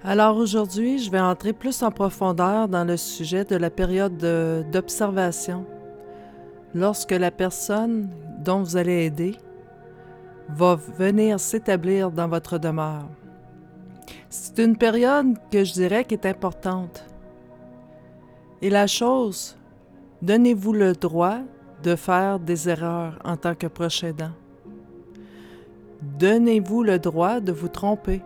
Alors aujourd'hui, je vais entrer plus en profondeur dans le sujet de la période d'observation, lorsque la personne dont vous allez aider va venir s'établir dans votre demeure. C'est une période que je dirais qui est importante. Et la chose, donnez-vous le droit de faire des erreurs en tant que proche aidant. Donnez-vous le droit de vous tromper.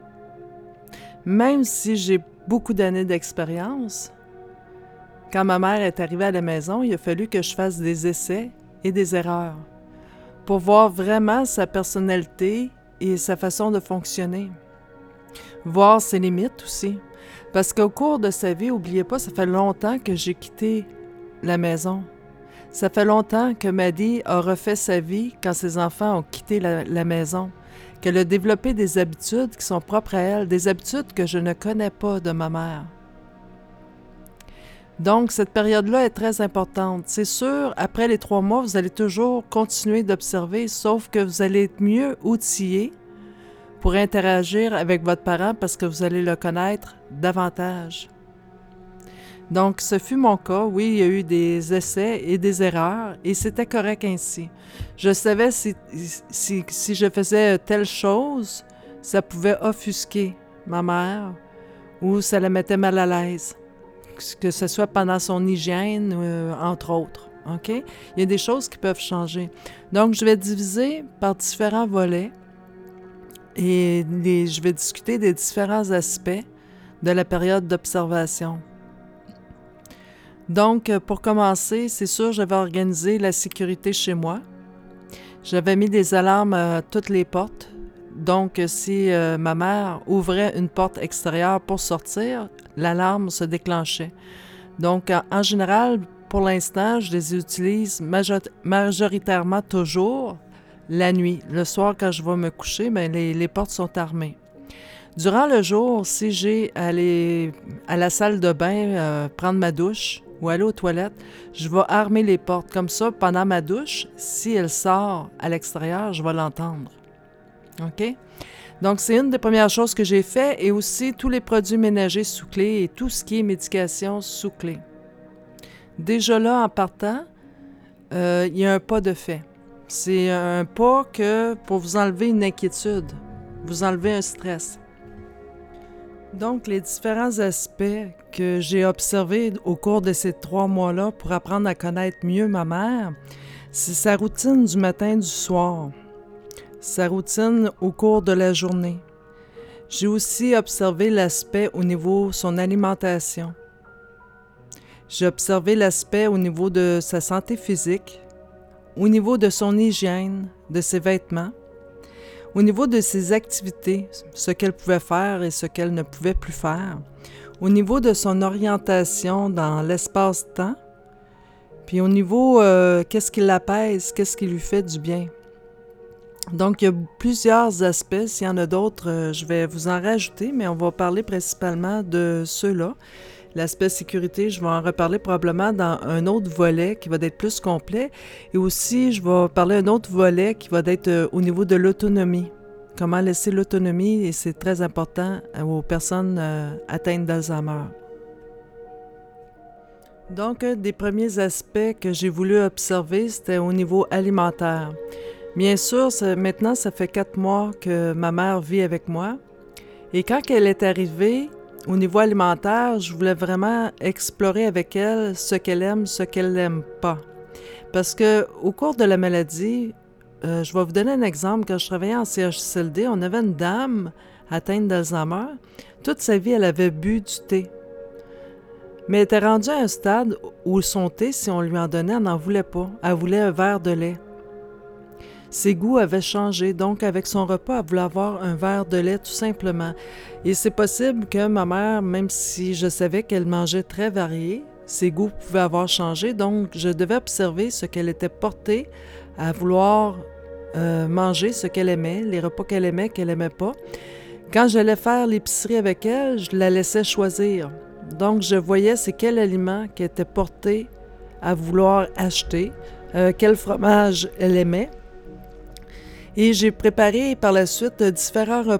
Même si j'ai beaucoup d'années d'expérience, quand ma mère est arrivée à la maison, il a fallu que je fasse des essais et des erreurs pour voir vraiment sa personnalité et sa façon de fonctionner. Voir ses limites aussi. Parce qu'au cours de sa vie, n'oubliez pas, ça fait longtemps que j'ai quitté la maison. Ça fait longtemps que Maddie a refait sa vie quand ses enfants ont quitté la maison. Qu'elle a développé des habitudes qui sont propres à elle, des habitudes que je ne connais pas de ma mère. Donc, cette période-là est très importante. C'est sûr, après les 3 mois, vous allez toujours continuer d'observer, sauf que vous allez être mieux outillé pour interagir avec votre parent parce que vous allez le connaître davantage. Donc, ce fut mon cas. Oui, il y a eu des essais et des erreurs, et c'était correct ainsi. Je savais si je faisais telle chose, ça pouvait offusquer ma mère ou ça la mettait mal à l'aise, que ce soit pendant son hygiène, entre autres. OK? Il y a des choses qui peuvent changer. Donc, je vais diviser par différents volets et je vais discuter des différents aspects de la période d'observation. Donc, pour commencer, c'est sûr, j'avais organisé la sécurité chez moi. J'avais mis des alarmes à toutes les portes. Donc, si ma mère ouvrait une porte extérieure pour sortir, l'alarme se déclenchait. Donc, en général, pour l'instant, je les utilise majoritairement toujours la nuit. Le soir, quand je vais me coucher, bien, les portes sont armées. Durant le jour, si j'ai à aller à la salle de bain, prendre ma douche ou aller aux toilettes, je vais armer les portes. Comme ça, pendant ma douche, si elle sort à l'extérieur, je vais l'entendre. OK? Donc, c'est une des premières choses que j'ai fait, et aussi tous les produits ménagers sous clé et tout ce qui est médication sous clé. Déjà là, en partant, il y a un pas de fait. C'est un pas que pour vous enlever une inquiétude, vous enlever un stress. Donc, les différents aspects que j'ai observés au cours de ces 3 mois-là pour apprendre à connaître mieux ma mère, c'est sa routine du matin, du soir, sa routine au cours de la journée. J'ai aussi observé l'aspect au niveau de son alimentation. J'ai observé l'aspect au niveau de sa santé physique, au niveau de son hygiène, de ses vêtements, au niveau de ses activités, ce qu'elle pouvait faire et ce qu'elle ne pouvait plus faire, au niveau de son orientation dans l'espace-temps, puis au niveau qu'est-ce qui l'apaise, qu'est-ce qui lui fait du bien. Donc, il y a plusieurs aspects. S'il y en a d'autres, je vais vous en rajouter, mais on va parler principalement de ceux-là. L'aspect sécurité, je vais en reparler probablement dans un autre volet qui va être plus complet. Et aussi, je vais parler d'un autre volet qui va être au niveau de l'autonomie. Comment laisser l'autonomie, et c'est très important aux personnes atteintes d'Alzheimer. Donc, un des premiers aspects que j'ai voulu observer, c'était au niveau alimentaire. Bien sûr, maintenant, ça fait 4 mois que ma mère vit avec moi. Et quand elle est arrivée, au niveau alimentaire, je voulais vraiment explorer avec elle ce qu'elle aime, ce qu'elle n'aime pas. Parce que au cours de la maladie, je vais vous donner un exemple. Quand je travaillais en CHSLD, on avait une dame atteinte d'Alzheimer. Toute sa vie, elle avait bu du thé. Mais elle était rendue à un stade où son thé, si on lui en donnait, elle n'en voulait pas. Elle voulait un verre de lait. Ses goûts avaient changé, donc avec son repas, elle voulait avoir un verre de lait tout simplement. Et c'est possible que ma mère, même si je savais qu'elle mangeait très varié, ses goûts pouvaient avoir changé, donc je devais observer ce qu'elle était portée à vouloir manger, ce qu'elle aimait, les repas qu'elle aimait pas. Quand j'allais faire l'épicerie avec elle, je la laissais choisir. Donc je voyais c'est quel aliment qu'elle était portée à vouloir acheter, quel fromage elle aimait. Et j'ai préparé par la suite différents repas.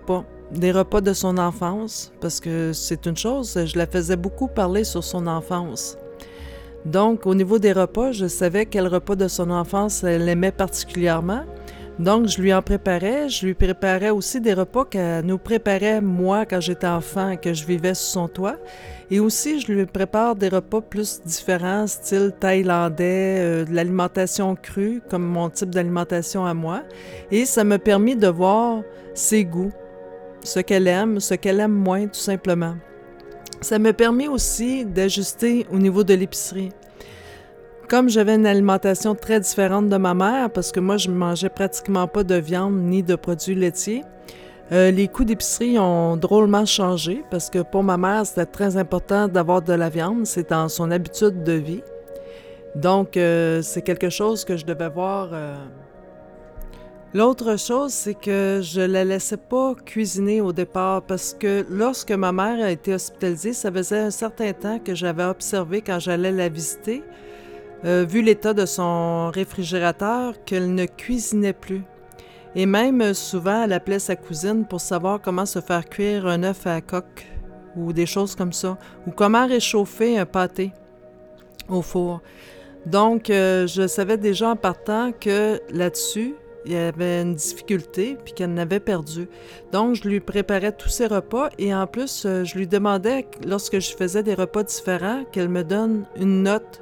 des repas de son enfance, parce que c'est une chose, je la faisais beaucoup parler sur son enfance. Donc, au niveau des repas, je savais quel repas de son enfance elle aimait particulièrement. Donc, je lui en préparais. Je lui préparais aussi des repas qu'elle nous préparait, moi, quand j'étais enfant, que je vivais sous son toit. Et aussi, je lui prépare des repas plus différents, style thaïlandais, de l'alimentation crue, comme mon type d'alimentation à moi. Et ça m'a permis de voir ses goûts, ce qu'elle aime moins, tout simplement. Ça m'a permis aussi d'ajuster au niveau de l'épicerie. Comme j'avais une alimentation très différente de ma mère, parce que moi, je ne mangeais pratiquement pas de viande ni de produits laitiers, les coûts d'épicerie ont drôlement changé, parce que pour ma mère, c'était très important d'avoir de la viande, c'est dans son habitude de vie. Donc, c'est quelque chose que je devais voir. L'autre chose, c'est que je la laissais pas cuisiner au départ parce que lorsque ma mère a été hospitalisée, ça faisait un certain temps que j'avais observé quand j'allais la visiter, vu l'état de son réfrigérateur, qu'elle ne cuisinait plus. Et même souvent, elle appelait sa cousine pour savoir comment se faire cuire un œuf à la coque ou des choses comme ça, ou comment réchauffer un pâté au four. Donc, je savais déjà en partant que là-dessus, il y avait une difficulté, puis qu'elle en avait perdu. Donc, je lui préparais tous ses repas et en plus, je lui demandais, lorsque je faisais des repas différents, qu'elle me donne une note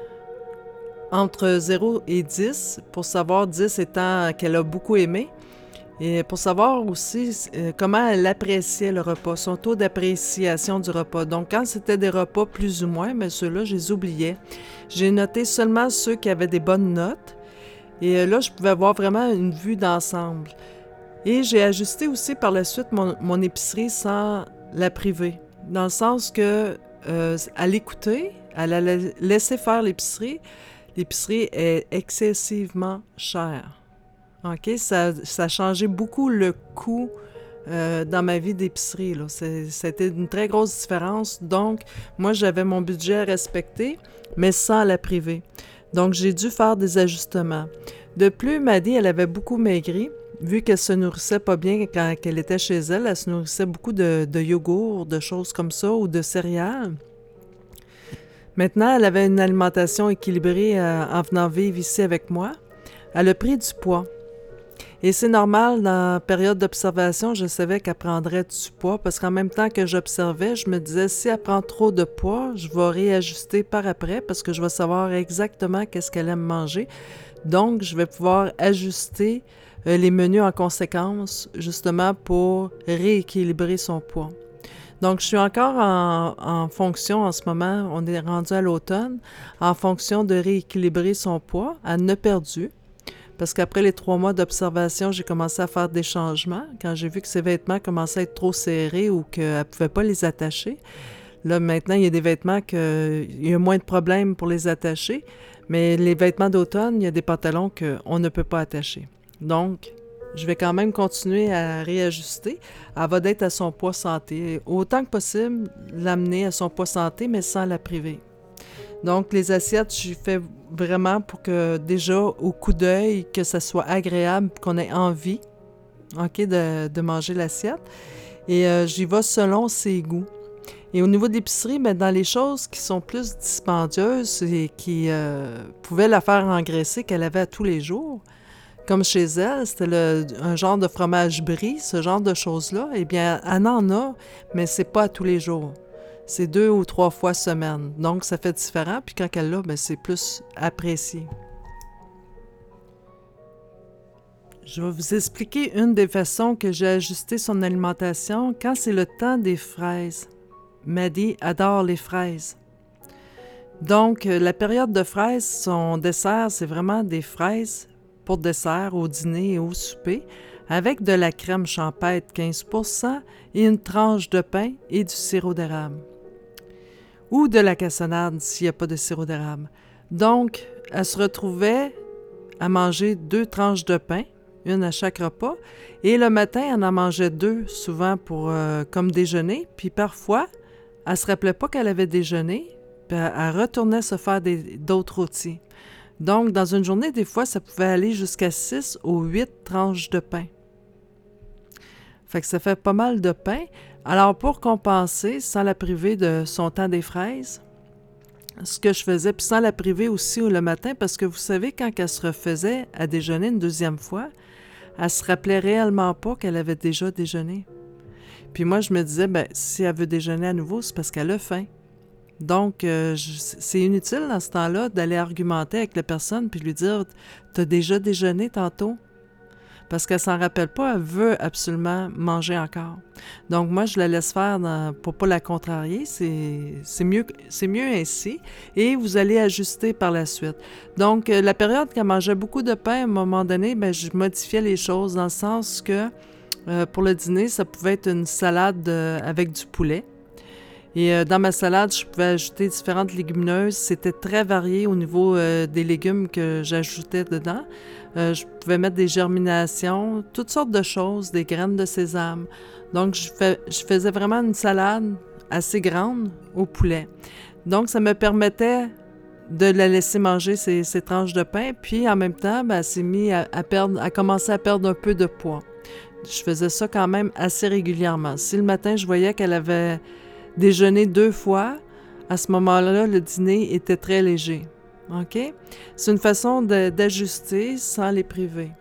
entre 0 et 10, pour savoir 10 étant qu'elle a beaucoup aimé, et pour savoir aussi comment elle appréciait le repas, son taux d'appréciation du repas. Donc, quand c'était des repas plus ou moins, mais ceux-là, je les oubliais. J'ai noté seulement ceux qui avaient des bonnes notes. Et là, je pouvais avoir vraiment une vue d'ensemble. Et j'ai ajusté aussi par la suite mon épicerie sans la priver. Dans le sens que, à l'écouter, à la laisser faire l'épicerie est excessivement chère. OK? Ça a changé beaucoup le coût dans ma vie d'épicerie. C'était une très grosse différence. Donc, moi, j'avais mon budget à respecter, mais sans la priver. Donc, j'ai dû faire des ajustements. De plus, Maddie, elle avait beaucoup maigri, vu qu'elle se nourrissait pas bien quand elle était chez elle. Elle se nourrissait beaucoup de yogourt, de choses comme ça, ou de céréales. Maintenant, elle avait une alimentation équilibrée en venant vivre ici avec moi. Elle a pris du poids. Et c'est normal, dans la période d'observation, je savais qu'elle prendrait du poids parce qu'en même temps que j'observais, je me disais, si elle prend trop de poids, je vais réajuster par après parce que je vais savoir exactement qu'est-ce qu'elle aime manger. Donc, je vais pouvoir ajuster les menus en conséquence, justement pour rééquilibrer son poids. Donc, je suis encore en fonction en ce moment, on est rendu à l'automne, en fonction de rééquilibrer son poids. Elle en a perdu. Parce qu'après les 3 mois d'observation, j'ai commencé à faire des changements. Quand j'ai vu que ses vêtements commençaient à être trop serrés ou qu'elle ne pouvait pas les attacher. Là, maintenant, il y a des vêtements qu'il y a moins de problèmes pour les attacher. Mais les vêtements d'automne, il y a des pantalons qu'on ne peut pas attacher. Donc, je vais quand même continuer à réajuster. Elle va d'être à son poids santé. Autant que possible, l'amener à son poids santé, mais sans la priver. Donc, les assiettes, j'y fais vraiment pour que, déjà, au coup d'œil, que ça soit agréable, qu'on ait envie, OK, de manger l'assiette. Et j'y vais selon ses goûts. Et au niveau de l'épicerie, bien, dans les choses qui sont plus dispendieuses et qui pouvaient la faire engraisser qu'elle avait à tous les jours, comme chez elle, c'était un genre de fromage brie, ce genre de choses-là, eh bien, elle en a, mais c'est pas à tous les jours. C'est 2 ou 3 fois semaine. Donc, ça fait différent. Puis quand elle l'a, bien, c'est plus apprécié. Je vais vous expliquer une des façons que j'ai ajusté son alimentation quand c'est le temps des fraises. Maddie adore les fraises. Donc, la période de fraises, son dessert, c'est vraiment des fraises pour dessert au dîner et au souper, avec de la crème champêtre 15% et une tranche de pain et du sirop d'érable. Ou de la cassonade s'il n'y a pas de sirop d'érable. Donc, elle se retrouvait à manger 2 tranches de pain, une à chaque repas, et le matin, elle en mangeait 2, souvent comme déjeuner, puis parfois, elle ne se rappelait pas qu'elle avait déjeuné, puis elle retournait se faire d'autres rôtis. Donc, dans une journée, des fois, ça pouvait aller jusqu'à 6 ou 8 tranches de pain. Fait que ça fait pas mal de pain. Alors, pour compenser, sans la priver de son temps des fraises, ce que je faisais, puis sans la priver aussi le matin, parce que vous savez, quand elle se refaisait à déjeuner une deuxième fois, elle se rappelait réellement pas qu'elle avait déjà déjeuné. Puis moi, je me disais, ben si elle veut déjeuner à nouveau, c'est parce qu'elle a faim. Donc, c'est inutile dans ce temps-là d'aller argumenter avec la personne puis lui dire « T'as déjà déjeuné tantôt? » Parce qu'elle s'en rappelle pas, elle veut absolument manger encore. Donc, moi, je la laisse faire pour pas la contrarier. C'est mieux ainsi. Et vous allez ajuster par la suite. Donc, la période qu'elle mangeait beaucoup de pain, à un moment donné, ben, je modifiais les choses dans le sens que pour le dîner, ça pouvait être une salade avec du poulet. Et dans ma salade, je pouvais ajouter différentes légumineuses. C'était très varié au niveau des légumes que j'ajoutais dedans. Je pouvais mettre des germinations, toutes sortes de choses, des graines de sésame. Donc, je faisais vraiment une salade assez grande au poulet. Donc, ça me permettait de la laisser manger ses tranches de pain. Puis, en même temps, ben, elle s'est mise à commencer à perdre un peu de poids. Je faisais ça quand même assez régulièrement. Si le matin, je voyais qu'elle avait déjeuné 2 fois, à ce moment-là, le dîner était très léger. OK? C'est une façon d'ajuster sans les priver.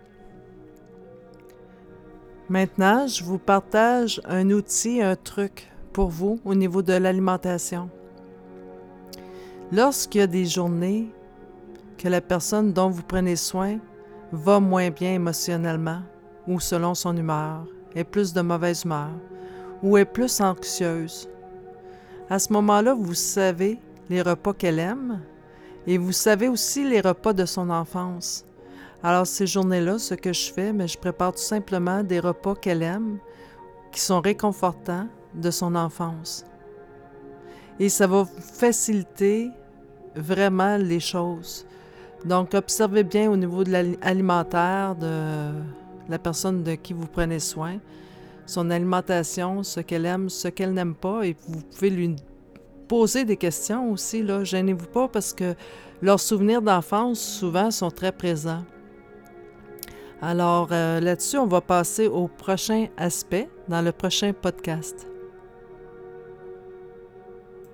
Maintenant, je vous partage un outil, un truc pour vous au niveau de l'alimentation. Lorsqu'il y a des journées que la personne dont vous prenez soin va moins bien émotionnellement ou selon son humeur, est plus de mauvaise humeur ou est plus anxieuse, à ce moment-là, vous savez les repas qu'elle aime et vous savez aussi les repas de son enfance. Alors, ces journées-là, ce que je fais, je prépare tout simplement des repas qu'elle aime, qui sont réconfortants de son enfance. Et ça va faciliter vraiment les choses. Donc, observez bien au niveau de l'alimentaire de la personne de qui vous prenez soin, son alimentation, ce qu'elle aime, ce qu'elle n'aime pas, et vous pouvez lui poser des questions aussi, là. Gênez-vous pas parce que leurs souvenirs d'enfance, souvent, sont très présents. Alors, là-dessus, on va passer au prochain aspect dans le prochain podcast.